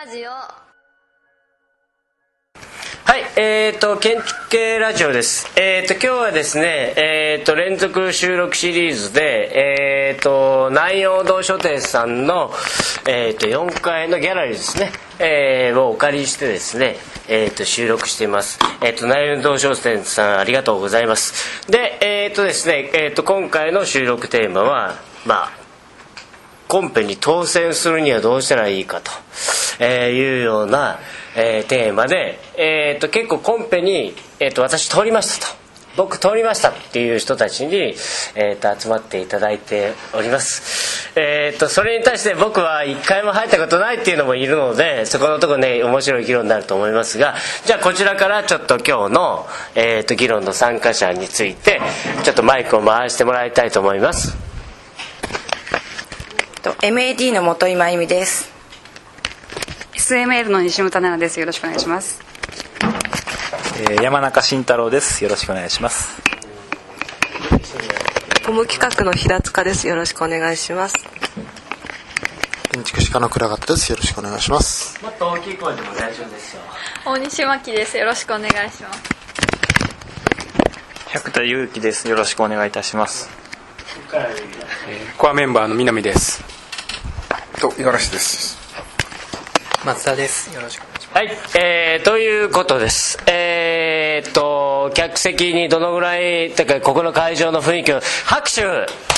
ラジオ。 はい、建築系ラジオです。今日はですね、連続収録シリーズで、南陽堂書店さんの、4階のギャラリーですね、をお借りしてですね、収録しています。南陽堂書店さんありがとうございます。で、ですね、今回の収録テーマは、コンペに当選するにはどうしたらいいかというような、テーマで、結構コンペに、私通りましたと、僕通りましたっていう人たちに、集まっていただいております。それに対して僕は一回も入ったことないっていうのもいるので、そこのところね面白い議論になると思いますが、じゃあこちらからちょっと今日の、議論の参加者についてちょっとマイクを回してもらいたいと思います。 MAD の本井真由美です。 SML の西本奈々です。よろしくお願いします。 山中慎太郎です。よろしくお願いします。 コム企画の平塚です。よろしくお願いします。 建築士科の倉方です。よろしくお願いします。 もっと大きい声でも大丈夫ですよ。 大西真希です。よろしくお願いします。 百田裕樹です。よろしくお願いいたします。 コアメンバーの南です。 五十嵐です。 松田です。よろしくお願いします。 はい、ということです。客席にどのぐらいというか、ここの会場の雰囲気を拍手。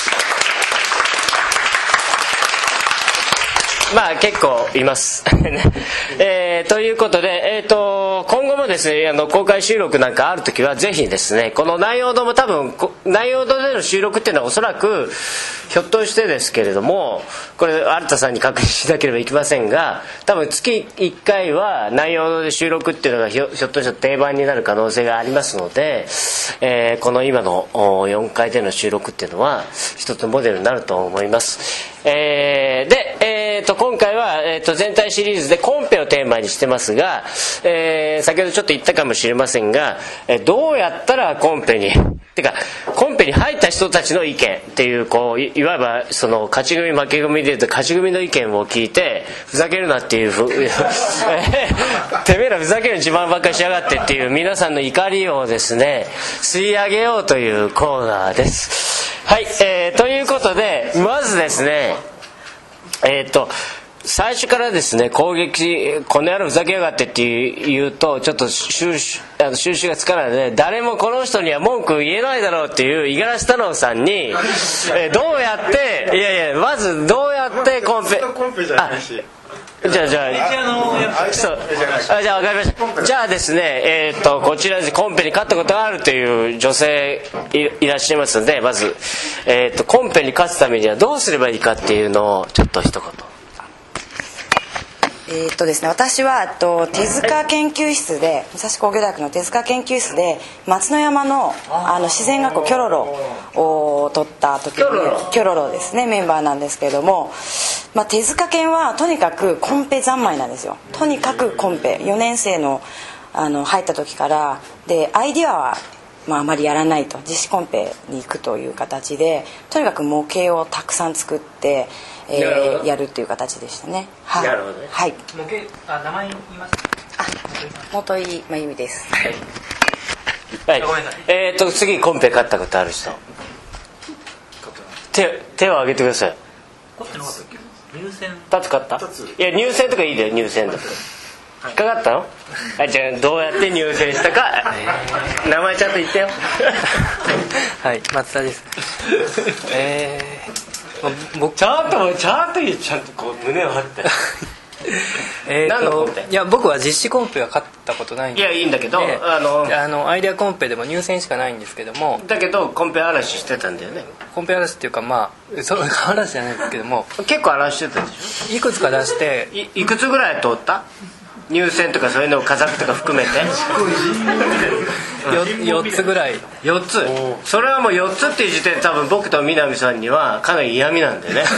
結構います、ということで、今後もですね、公開収録なんかあるときはぜひですね、この南陽堂も多分南陽堂での収録っていうのはおそらくひょっとしてですけれども、これ新田さんに確認しなければいけませんが、多分月1回は南陽堂で収録っていうのがひょっとしたら定番になる可能性がありますので、この今の4回での収録っていうのは一つモデルになると思います。で、今回は、全体シリーズでコンペをテーマにしてますが、先ほどちょっと言ったかもしれませんが、どうやったらコンペに入った人たちの意見っていう、いわばその勝ち組負け組でいうと勝ち組の意見を聞いて、ふざけるなっていうてめえらふざける自慢ばっかりしやがってっていう皆さんの怒りをですね吸い上げようというコーナーです。はい、ということでまずですね、最初からですね、攻撃、この野郎ふざけやがってって言うとちょっと収拾がつかないので、誰もこの人には文句言えないだろうっていう五十嵐太郎さんにどうやってまずどうやってコンペじゃあ分かりました。じゃあですね、こちらでコンペに勝ったことがあるという女性 いらっしゃいますので、まず、コンペに勝つためにはどうすればいいかっていうのをちょっと一言。 ですね、私は手塚研究室で、武蔵工業大学の手塚研究室で松の山の自然学校キョロロを取った時に、キョロロですね、メンバーなんですけれども、手塚研はとにかくコンペ三昧なんですよ。とにかくコンペ、4年生の入った時からで、アイディアはあまりやらないと、実施コンペに行くという形で、とにかく模型をたくさん作って、やるっていう形でしたね。はい。 なるほどね。 はい。 模型、名前言いますか。 本井真由美です。 はい。次コンペ勝ったことある人。手を挙げてください。 勝ってなかったっけ。入選。 2つ勝った？いや入選とかいいだよ、入選だと。引っかかったの？じゃあどうやって入選したか、名前ちゃんと言ってよ。 はい、松田です。 僕ちゃんとこう胸を張って。何のコンペ？ いや、僕は実施コンペは勝ったことないんで。 いや、いいんだけど、 アイデアコンペでも入選しかないんですけども、 だけどコンペ嵐してたんだよね。 コンペ嵐っていうか、そう嵐じゃないですけども、 結構嵐してたでしょ。 いくつか出して、 いくつぐらい通った？入選とかそういうのを飾るとか含めて 4つぐらい。 4つ。それはもう4つっていう時点で多分僕と南さんにはかなり嫌味なんでね。4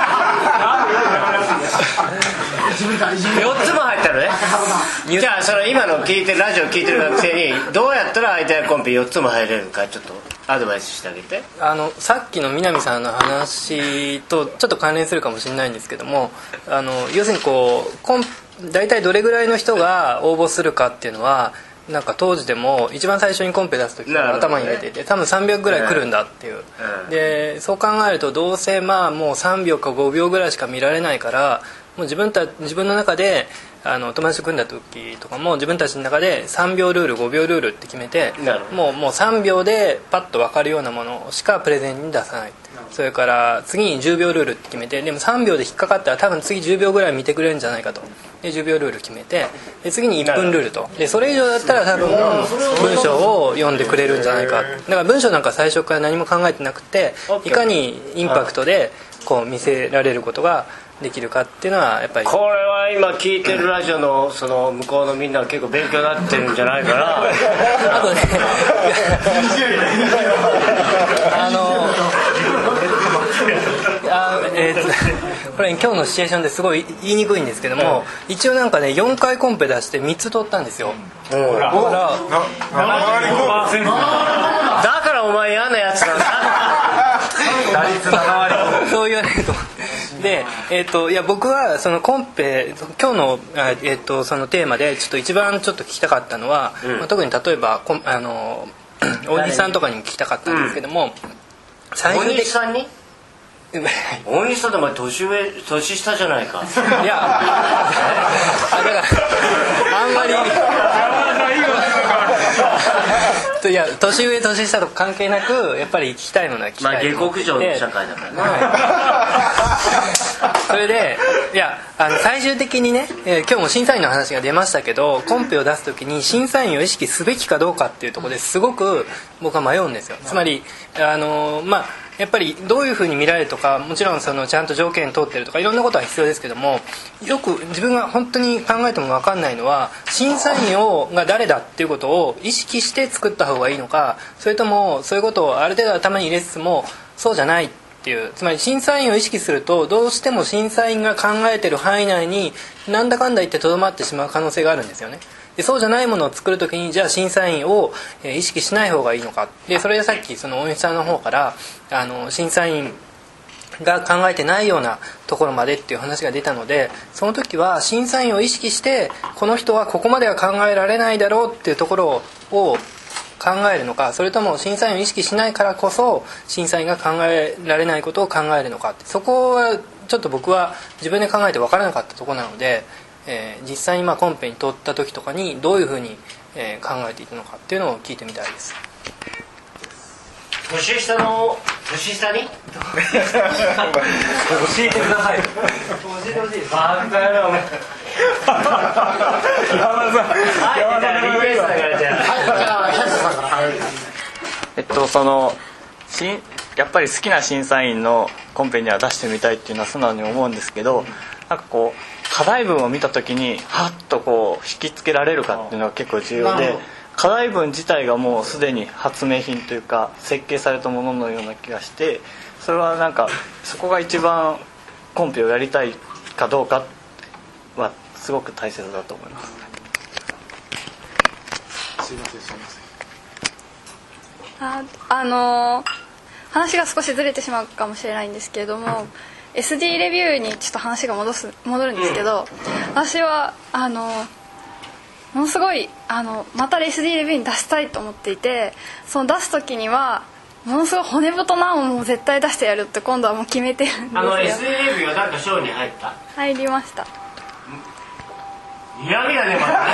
つも入ったのね。じゃあその今のラジオ聞いてる学生にどうやったらアイデアコンペ4つも入れるかちょっとアドバイスしてあげて。 さっきの南さんの話とちょっと関連するかもしれないんですけども、要するにコン大体どれぐらいの人が応募するかっていうのはなんか当時でも一番最初にコンペ出す時から頭に入れていて、多分300ぐらい来るんだっていう、でそう考えるとどうせまあもう3秒か5秒ぐらいしか見られないから、もう自分の中で友達と組んだ時とかも自分たちの中で3秒ルール5秒ルールって決めて、もう3秒でパッと分かるようなものしかプレゼンに出さない。それから次に10秒ルールって決めて、でも3秒で引っかかったら多分次10秒ぐらい見てくれるんじゃないかと。で10秒ルール決めて、で次に1分ルールと。でそれ以上だったら多分文章を読んでくれるんじゃないか。だから文章なんか最初から何も考えてなくて、いかにインパクトでこう見せられることができるかっていうのはやっぱり、 これは今聞いてるラジオのその向こうのみんなは結構勉強になってるんじゃないかな。 あとねこれ今日のシチュエーションですごい言いにくいんですけども、一応なんかね4回コンペ出して3つ取ったんですよ。だからお前嫌なやつなんだ。 打率7割そう言われると。でいや僕はそのコンペ今日のそのテーマでちょっと一番ちょっと聞きたかったのは、特に例えば大西さんとかにも聞きたかったんですけども、 大西さんに大西さんってお前年下じゃないか。 いやだからあんまりいや年上年下と関係なくやっぱり聞きたいものは聞きたい。 下克上の社会だからね。 それでいや最終的にね、今日も審査員の話が出ましたけど、コンペを出す時に審査員を意識すべきかどうかっていうところですごく僕は迷うんですよ。つまりやっぱりどういうふうに見られるとか、もちろんそのちゃんと条件通ってるとかいろんなことは必要ですけども、よく自分が本当に考えても分かんないのは、審査員が誰だっていうことを意識して作った方がいいのか、それともそういうことをある程度頭に入れつつもそうじゃないっていう、つまり審査員を意識するとどうしても審査員が考えてる範囲内になんだかんだ言ってとどまってしまう可能性があるんですよね。でそうじゃないものを作るときに、じゃあ審査員を意識しない方がいいのか。でそれでさっきその大西さんの方から審査員が考えてないようなところまでっていう話が出たので、その時は審査員を意識してこの人はここまでは考えられないだろうっていうところを考えるのか、それとも審査員を意識しないからこそ審査員が考えられないことを考えるのかって、そこはちょっと僕は自分で考えて分からなかったところなので、実際にコンペに通った時とかにどういうふうに、考えていくのかっていうのを聞いてみたいです。 年下に教えてください。教えてほしい。バカ野郎お前。 やっぱり好きな審査員のコンペには出してみたいっていうのは素直に思うんですけど、なんかこう課題文を見た時にハッとこう引きつけられるかっていうのが結構重要で、課題文自体がもうすでに発明品というか設計されたもののような気がして、それはなんかそこが一番コンペをやりたいかどうかはすごく大切だと思います。 すいません。 話が少しずれてしまうかもしれないんですけれども、SD レビューにちょっと話が戻るんですけど、私はものすごいまた SD レビューに出したいと思っていて、その出す時にはものすごい骨太な案をもう絶対出してやるって今度はもう決めてるんですよ。 SD レビューはなんか賞に入った？ 入りました。 嫌味だねまたね。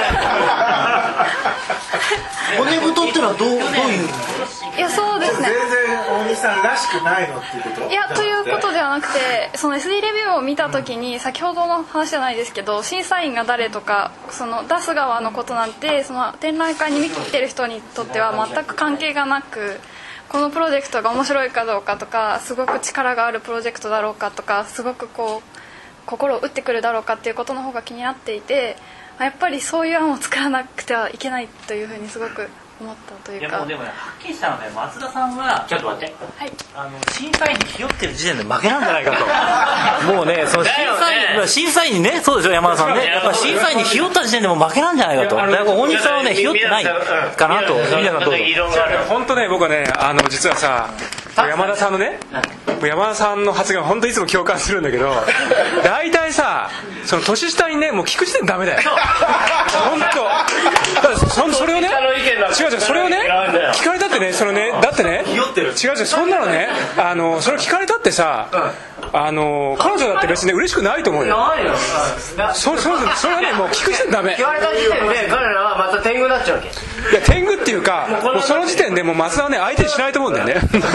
骨太っていうのはどういう意味？ いやそうですね。 全然大西さんらしくないのっていうこと？ いやということではなくて、その SD レビューを見た時に、先ほどの話じゃないですけど、審査員が誰とかその出す側のことなんて、その展覧会に見てる人にとっては全く関係がなく、このプロジェクトが面白いかどうかとか、すごく力があるプロジェクトだろうかとか、すごくこう心を打ってくるだろうかっていうことの方が気になっていて、やっぱりそういう案を作らなくてはいけないというふうにすごく思ったというか。 でもね、はっきりしたので松田さんはちょっと待って、 はい、 審査員にひよってる時点で負けなんじゃないかと。もうね、その審査員にね、そうでしょ山田さんね、やっぱり審査員にひよった時点でも負けなんじゃないかと。だから大西さんはねひよってないかなと。 本当ね、僕はね実はさ山田さんのね、山田さんの発言は本当いつも共感するんだけど、大体さ、その年下にね、もう聞く時点でダメだよ。本当。それをね、違うそれをね、聞かれたってね、そのね、だってね、違うそんなのね、それ聞かれたってさ、彼女だって別に嬉しくないと思うよ。それはね、もう聞く時点でダメ。 聞かれた時点で彼らはまた天狗になっちゃうわけ。 いや天狗っていうか、もうその時点でもう松田はね相手にしないと思うんだよね。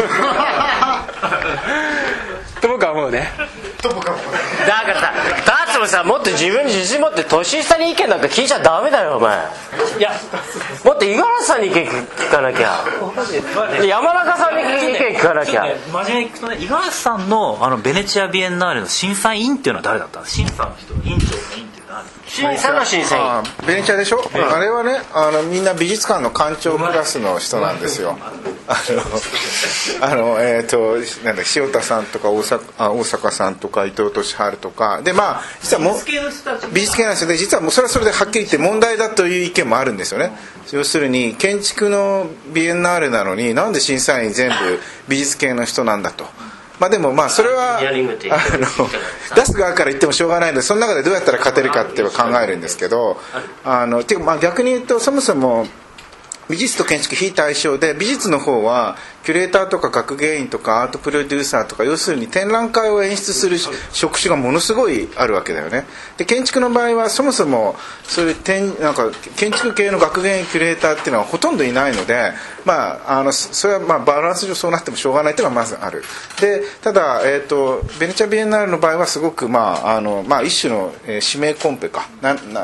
と僕は思うね。 だからさ、ダーツもさ、もっと自分に自信持って年下に意見なんか聞いちゃダメだよお前。 いやもっと五十嵐さんに意見聞かなきゃ、山中さんに意見聞かなきゃ。 真面目に聞くとね、五十嵐さんのベネチアビエンナーレの審査員っていうのは誰だったの？審査の人、委員長の委員っていうのは審査の審査員。 ベネチアでしょ、あれはね、みんな美術館の館長クラスの人なんですよ。なんだ塩田さんとか大阪さんとか伊藤俊治とかで、まあ実はもう美術系なんですよね。実はもうそれはそれではっきり言って問題だという意見もあるんですよね。要するに建築のビエンナーレなのになんで審査員全部美術系の人なんだと。まあでもまあそれは出す側から言ってもしょうがないので、その中でどうやったら勝てるかって考えるんですけど、ていうかまあ逆に言うとそもそも美術と建築非対称で、美術の方はキュレーターとか学芸員とかアートプロデューサーとか、要するに展覧会を演出する職種がものすごいあるわけだよね。で建築の場合はそもそもそういうなんか建築系の学芸員キュレーターっていうのはほとんどいないので、まあそれはまあバランス上そうなってもしょうがないっていうのはまずある。でただベネチアビエンナーレの場合はすごくまあ一種の指名コンペか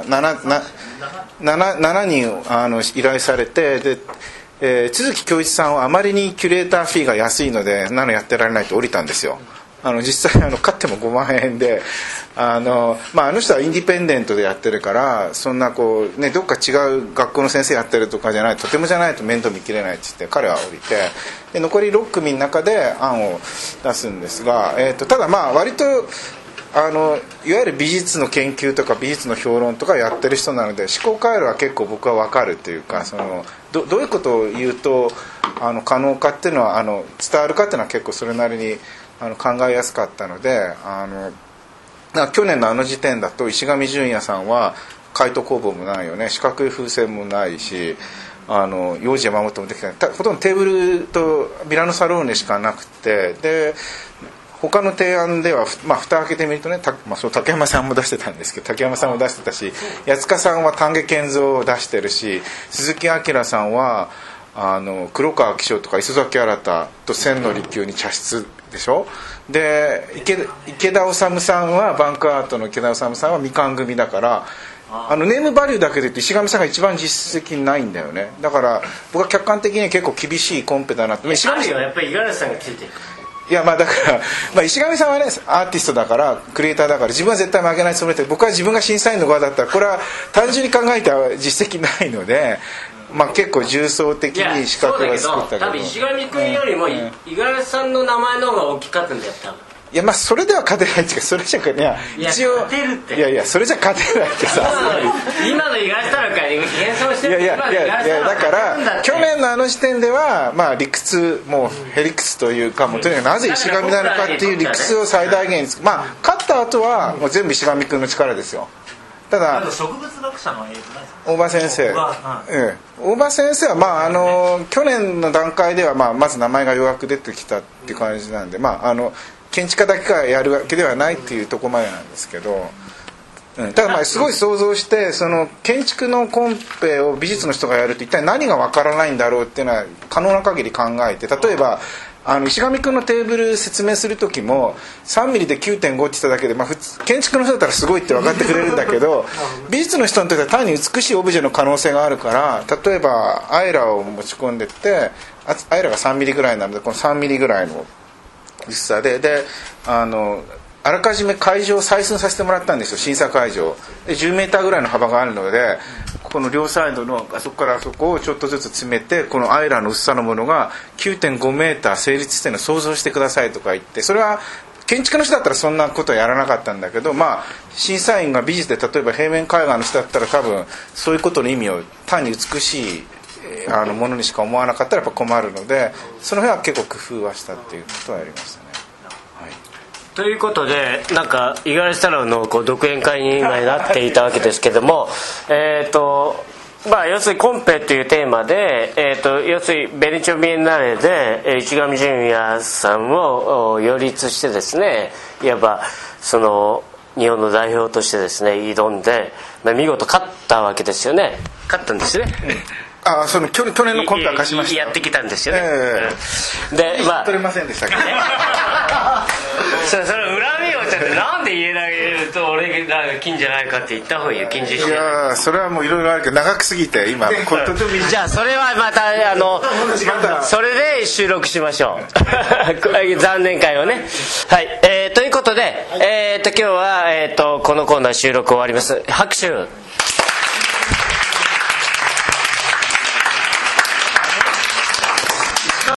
7人依頼されて、で都築恭一さんはあまりにキュレーターフィーが安いのでやってられないと降りたんですよ。実際勝っても5万円で、あの人はインディペンデントでやってるから、そんなこう、ね、どっか違う学校の先生やってるとかじゃない、とてもじゃないと面倒見きれないって言って彼は降りて、で残り6組の中で案を出すんですが、ただ割といわゆる美術の研究とか美術の評論とかやってる人なので、思考回路は結構僕は分かるというか、どういうことを言うと可能かっていうのは伝わるかっていうのは結構それなりに考えやすかったので、去年の時点だと石上純也さんは回答工房もないよね、四角い風船もないし、幼児山本もできてない、ほとんどテーブルとミラノサローネしかなくて、で他の提案では、蓋開けてみるとね、竹山さんも出してたんですけど、竹山さんも出してたし、八塚さんは丹下健三を出してるし、鈴木明さんは黒川紀章とか磯崎新と千利休に茶室でしょ。で池田治さんはバンクアートの池田治さんはみかん組だから、ネームバリューだけで言うと石上さんが一番実績ないんだよね。だから僕は客観的に結構厳しいコンペだなと。 石上さんやっぱり五十嵐さんがついてる。 いやだから、石上さんはねアーティストだからクリエイターだから自分は絶対負けないつもりで、僕は自分が審査員の側だったらこれは単純に考えた実績ないので、結構重層的に資格は作ったけど、 多分石上君よりも五十嵐さんの名前の方が大きかったんだよ多分。 いやそれでは勝てないっていうか、それじゃ一応勝てるって、 いやそれじゃ勝てないってさ、 今の五十嵐さんなんか謙遜してる。 だから去年の時点では理屈、もうへりくつというか、もうとにかくなぜ石上なのかっていう理屈を最大限に勝った後はもう全部石上君の力ですよ。ただ植物学者の大場先生、大場先生は去年の段階ではまず名前がようやく出てきたっていう感じなんで、建築家だけがやるわけではないっていうところまでなんですけど、ただすごい想像して、その建築のコンペを美術の人がやると一体何がわからないんだろうっていうのは可能な限り考えて、例えば石上君のテーブル説明する時も3ミリで 9.5 って言っただけで、建築の人だったらすごいって分かってくれるんだけど美術の人にとっては単に美しいオブジェの可能性があるから、例えばアイラを持ち込んでってアイラが3ミリぐらいなので、この3ミリぐらいの薄さであらかじめ会場を採寸させてもらったんですよ、審査会場で。10メーターぐらいの幅があるので、この両サイドのあそこからあそこをちょっとずつ詰めて、このアイラの薄さのものが 9.5 メーター成立してるのを想像してくださいとか言って、それは建築の人だったらそんなことはやらなかったんだけど、審査員が美術で例えば平面絵画の人だったら多分そういうことの意味を単に美しいものにしか思わなかったらやっぱ困るので、その辺は結構工夫はしたっていうことはやりましたね。 ということでなんか五十嵐太郎の独演会に今なっていたわけですけども要するにコンペというテーマで、要するにベネチアビエンナーレで市上純也さんを擁立してですね、いわばその日本の代表としてですね挑んで、見事勝ったわけですよね。勝ったんですね。 その去年のコンペは勝ちました。 やってきたんですよね。 で取れませんでしたけどね。 それ恨みをちょっとなんで言えないと俺が金じゃないかって言った方がいいよ。金獅子。 いやそれはもういろいろあるけど長くすぎて今じゃあそれはまたそれで収録しましょう。残念会をね。はい、ということで今日はこのコーナー収録終わります。拍手。